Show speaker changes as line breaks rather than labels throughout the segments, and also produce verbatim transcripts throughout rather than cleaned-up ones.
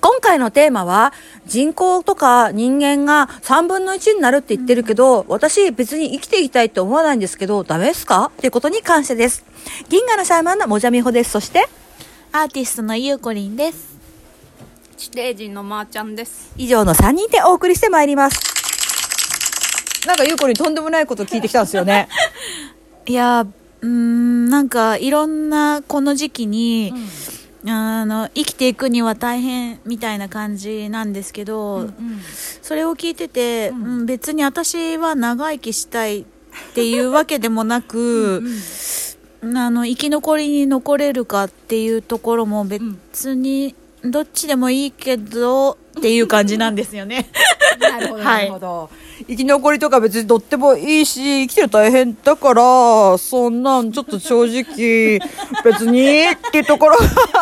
今回のテーマは人口とか人間がさんぶんのいちになるって言ってるけど、私別に生きていきたいって思わないんですけどダメですかっていうことに関してです。銀河のシャーマンのもじゃみほです。そして
アーティストのゆうこりんです。
地底人のまーちゃんです。
以上のさんにんでお送りしてまいります。なんかゆうこりんとんでもないこと聞いてきたんですよね。
いやー、うーん、なんかいろんなこの時期に、うん、あの生きていくには大変みたいな感じなんですけど、うんうん、それを聞いてて、うんうん、別に私は長生きしたいっていうわけでもなくうん、あの生き残りに残れるかっていうところも別にどっちでもいいけどっていう感じなんですよね。
なるほどなるほど、はい、生き残りとか別にどってもいいし生きてる大変だからそんなんちょっと正直別にっていうところ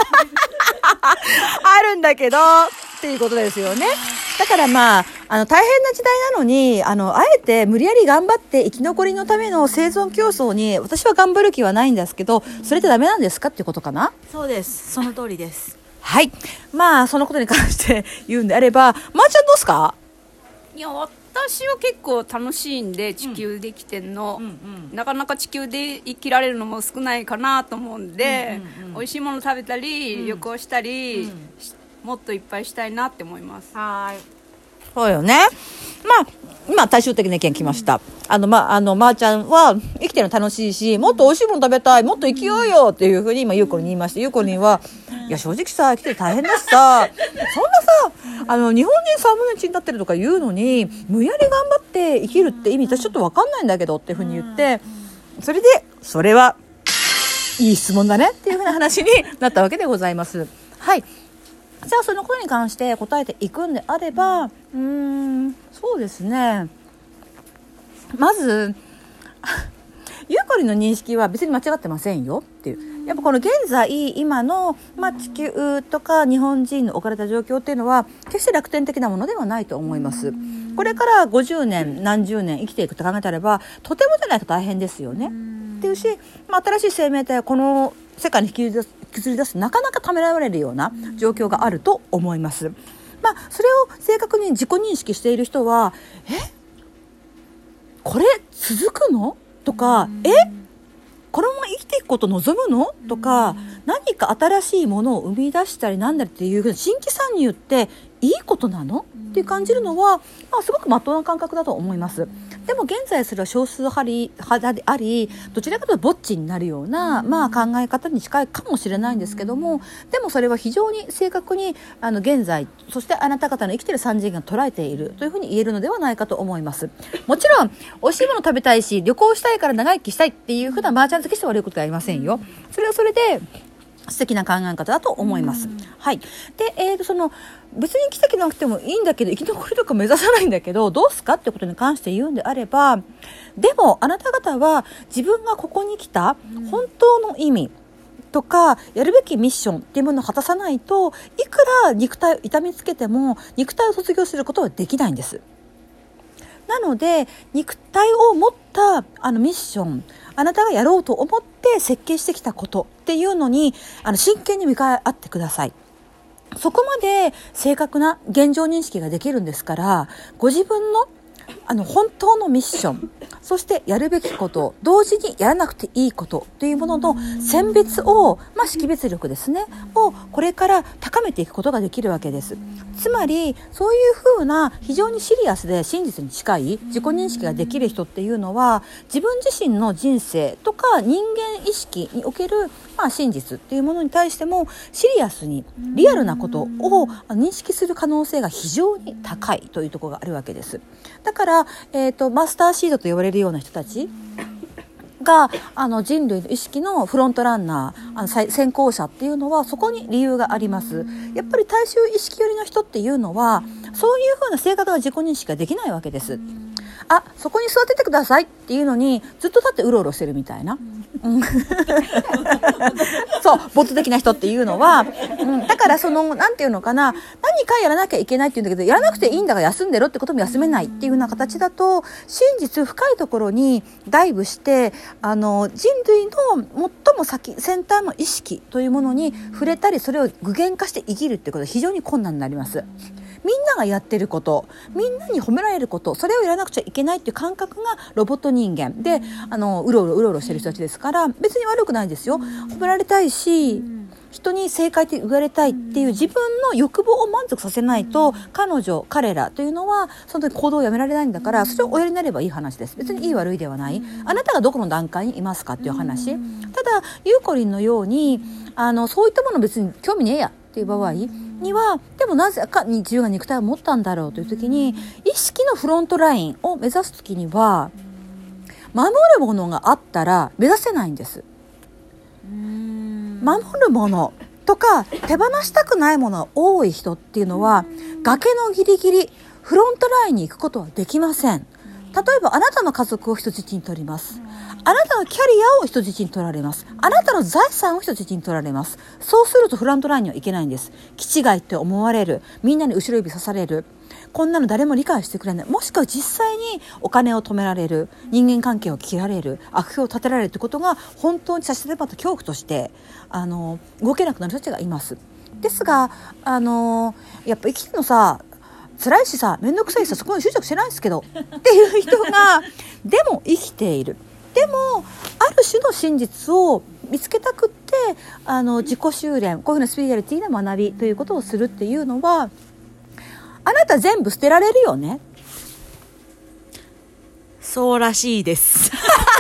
あるんだけどっていうことですよね。だからまああの大変な時代なのにあのあえて無理やり頑張って生き残りのための生存競争に私は頑張る気はないんですけど、それってダメなんですかっていうことかな。
そうです、その通りです。
はい、まあそのことに関して言うんであればまーちゃんどうすか。
いや私は結構楽しいんで地球で生きてんの、うんうんうん、なかなか地球で生きられるのも少ないかなと思うんで、うんうんうん、美味しいもの食べたり、うん、旅行したり、うん、もっといっぱいしたいなって思います。
はい、そうよね。まあ今大衆的な意見来ました、うん、あのまああのまーちゃんは生きてるの楽しいしもっと美味しいもの食べたいもっと生きようよっていうふうに今ゆうこりんに言いました。ゆうこりんはいや正直さ生きてる大変だしさそんなさあの日本人さんぶんのいちになってるとか言うのに無理やり頑張って生きるって意味私ちょっと分かんないんだけどっていうふうに言ってそれでそれはいい質問だねっていうふうな話になったわけでございます。はい、じゃあそのことに関して答えていくんであればうーんそうですねまずゆうこりんの認識は別に間違ってませんよっていうやっぱこの現在今の、まあ、地球とか日本人の置かれた状況っていうのは決して楽天的なものではないと思います。これからごじゅうねん何十年生きていくと考えたらばとてもじゃないと大変ですよねっていうし、まあ、新しい生命体はこの世界に引き出す削り出すなかなかためられるような状況があると思います。まあ、それを正確に自己認識している人はえこれ続くのとかえこのまま生きていくことを望むのとか何か新しいものを生み出したりなんだりっていう新規参入っていいことなのって感じるのは、まあ、すごく真っ当な感覚だと思います。でも現在それは少数派でありどちらかというとぼっちになるような、まあ、考え方に近いかもしれないんですけどもでもそれは非常に正確にあの現在そしてあなた方の生きている三次元が捉えているというふうに言えるのではないかと思います。もちろん美味しいもの食べたいし旅行したいから長生きしたいっていうふうなマーチャン好きして悪いことはありませんよ。それはそれで素敵な考え方だと思います。はい。で、えーと、その別に奇跡なくてもいいんだけど生き残りとか目指さないんだけどどうすかってことに関して言うんであればでもあなた方は自分がここに来た本当の意味とかやるべきミッションっていうものを果たさないといくら肉体を痛めつけても肉体を卒業することはできないんです。なので肉体を持ったあのミッションあなたがやろうと思って設計してきたことっていうのにあの真剣に向かい合ってください。そこまで正確な現状認識ができるんですからご自分のあの本当のミッションそしてやるべきこと同時にやらなくていいことというものの選別を、まあ、識別力ですねをこれから高めていくことができるわけです。つまりそういうふうな非常にシリアスで真実に近い自己認識ができる人っていうのは自分自身の人生とか人間意識における、まあ、真実っていうものに対してもシリアスにリアルなことを認識する可能性が非常に高いというところがあるわけです。だから、えーと、マスターシードと呼ばれるような人たちがあの人類の意識のフロントランナーあの先行者っていうのはそこに理由があります。やっぱり大衆意識寄りの人っていうのはそういうふうな正確な自己認識ができないわけです。あそこに座っててくださいっていうのにずっと立ってうろうろしてるみたいなうん、そう没的な人っていうのは、うん、だからそのなんていうのかな、何かやらなきゃいけないっていうんだけど、やらなくていいんだから休んでろってことも休めないっていうような形だと、真実深いところにダイブして、あの人類の最も先先端の意識というものに触れたり、それを具現化して生きるってことは非常に困難になります。みんながやってること、みんなに褒められること、それをやらなくちゃいけないっていう感覚がロボット人間で、あのうろうろうろうろしてる人たちですから、別に悪くないですよ。褒められたいし、人に正解って言われたいっていう自分の欲望を満足させないと、彼女彼らというのはその時行動をやめられないんだから、それをおやりになればいい話です。別にいい悪いではない。あなたがどこの段階にいますかっていう話。ただゆうこりんのように、あのそういったもの別に興味ねえやっていう場合には、でもなぜかに自由な肉体を持ったんだろうという時に、意識のフロントラインを目指す時には、守るものがあったら目指せないんです。守るものとか手放したくないものが多い人っていうのは、崖のギリギリフロントラインに行くことはできません。例えばあなたの家族を人質に取ります。あなたのキャリアを人質に取られます。あなたの財産を人質に取られます。そうするとフロントラインにはいけないんです。気違いって思われる。みんなに後ろ指さされる。こんなの誰も理解してくれない。もしくは実際にお金を止められる。人間関係を切られる。悪評を立てられるってことが本当に差し迫った恐怖としてあの動けなくなる人たちがいます。ですがあのやっぱ生きてるのさ辛いしさ、めんどくさいしさ、そこに執着してないですけどっていう人がでも生きている。でもある種の真実を見つけたくって、あの自己修練、こういうふうなスピリチュアリティな学びということをするっていうのは、あなた全部捨てられるよね。
そうらしいです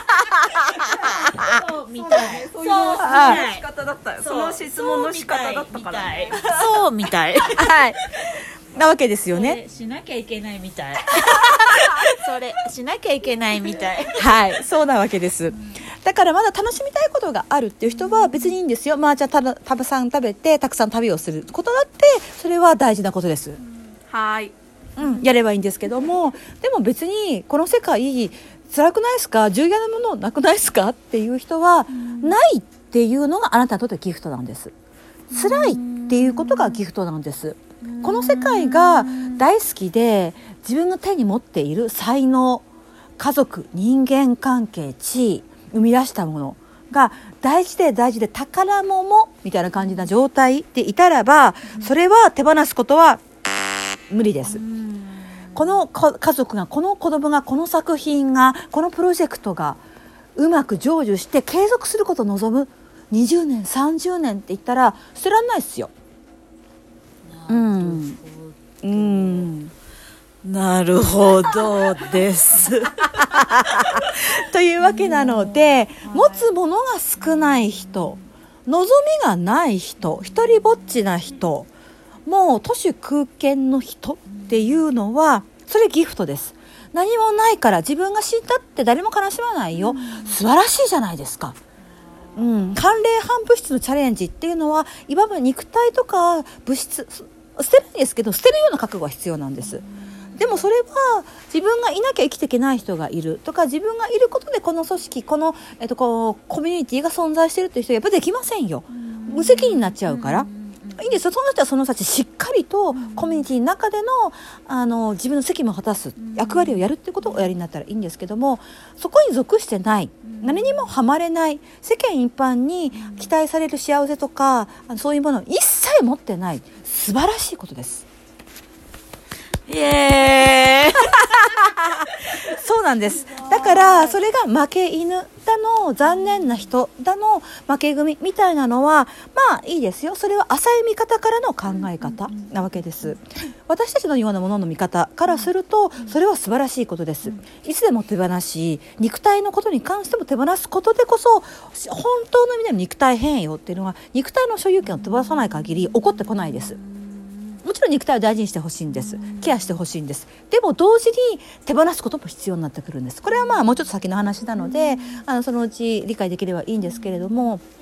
そうみたい。
そういう仕方だったよ。その質問の仕方だったからね。
そうみたい
はいなわけですよね。
しなきゃいけないみたいそれしなきゃいけないみたい
はいそうなわけです。だからまだ楽しみたいことがあるっていう人は別にいいんですよ。まあじゃあたたくさん食べてたくさん旅をすることだって、それは大事なことです。
はい、
うん、やればいいんですけども、でも別にこの世界辛くないですか、重要なものなくないですかっていう人は、ないっていうのがあなたにとってギフトなんです。辛いっていうことがギフトなんです。この世界が大好きで自分が手に持っている才能、家族、人間関係、地位、生み出したものが大事で大事で宝物みたいな感じな状態でいたらば、それは手放すことは無理です。この家族が、この子供が、この作品が、このプロジェクトがうまく成就して継続することを望むにじゅうねんさんじゅうねんって言ったら捨てらんないですよ。うんうんなるほどですというわけなので、持つものが少ない人、望みがない人、一人ぼっちな人、もう徒手空拳の人っていうのは、それギフトです。何もないから自分が死んだって誰も悲しまないよ。素晴らしいじゃないですか。うん、寒冷反物質のチャレンジっていうのは、いわば肉体とか物質捨てるんですけど、捨てるような覚悟が必要なんです。でもそれは自分がいなきゃ生きていけない人がいるとか、自分がいることでこの組織、この、えっと、こうコミュニティが存在しているという人はやっぱりできませんよ。無責任になっちゃうから。いいんですよ。その人はその人たちしっかりとコミュニティの中での、あの自分の責務を果たす役割をやるっていうことをおやりになったらいいんですけども、そこに属してない、何にもハマれない、世間一般に期待される幸せとかそういうものを一切持ってない、素晴らしいことです。イエーイそうなんです。だからそれが負け犬だの残念な人だの負け組みたいなのはまあいいですよ。それは浅い見方からの考え方なわけです。私たちのようなものの見方からするとそれは素晴らしいことです。いつでも手放し、肉体のことに関しても手放すことでこそ、本当の意味での肉体変容っていうのは肉体の所有権を手放さない限り起こってこないです。もちろん肉体を大事にしてほしいんです。ケアしてほしいんです。でも同時に手放すことも必要になってくるんです。これはまあもうちょっと先の話なので、あのそのうち理解できればいいんですけれども、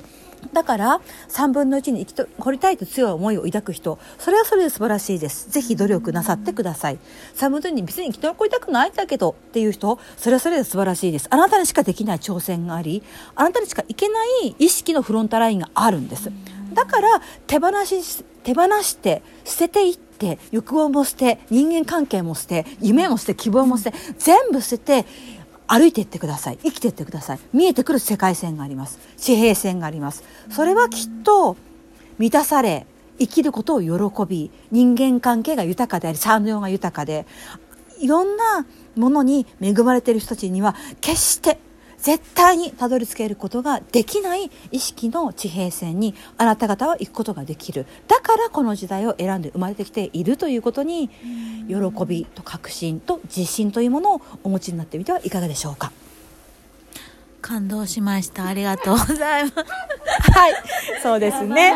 だからさんぶんのいちに生き残りたいと強い思いを抱く人、それはそれで素晴らしいです。ぜひ努力なさってください。さんぶんのいちに別に生き残りたくないんだけどっていう人、それはそれで素晴らしいです。あなたにしかできない挑戦があり、あなたにしかいけない意識のフロンタラインがあるんです。だから手放し手放して捨てていって、欲望も捨て、人間関係も捨て、夢も捨て、希望も捨て、全部捨てて歩いていってください。生きていってください。見えてくる世界線があります。地平線があります。それはきっと満たされ、生きることを喜び、人間関係が豊かであり、才能が豊かで、いろんなものに恵まれている人たちには決して絶対にたどり着けることができない意識の地平線にあなた方は行くことができる。だからこの時代を選んで生まれてきているということに、喜びと確信と自信というものをお持ちになってみてはいかがでしょうか。
感動しました。ありがとうございます。
はい、そうですね。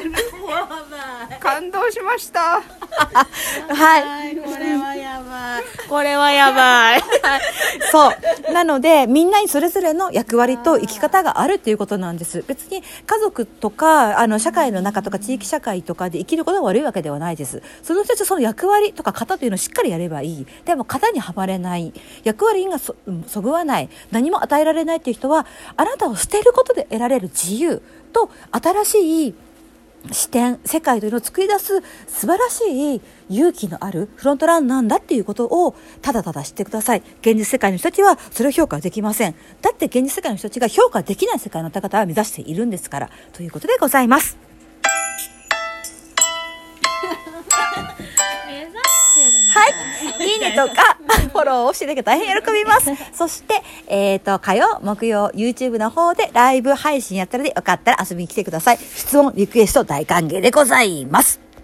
感動しました。
はい、
これはやばい。これはやばい。
そうなので、みんなにそれぞれの役割と生き方があるということなんです。別に家族とかあの社会の中とか地域社会とかで生きることが悪いわけではないです。その人たちはその役割とか型というのをしっかりやればいい。でも型にはまれない、役割が そ,、うん、そぐわない、何も与えられないという人は、あなたを捨てることで得られる自由と新しい視点、世界というのを作り出す素晴らしい勇気のあるフロントランナーなんだっていうことをただただ知ってください。現実世界の人たちはそれを評価できません。だって現実世界の人たちが評価できない世界の方々は目指しているんですから、ということでございます。はい、いいねとかフォローをしていただけ大変喜びます。そして、えーと、火曜、木曜、YouTube の方でライブ配信やったので、よかったら遊びに来てください。質問、リクエスト大歓迎でございます。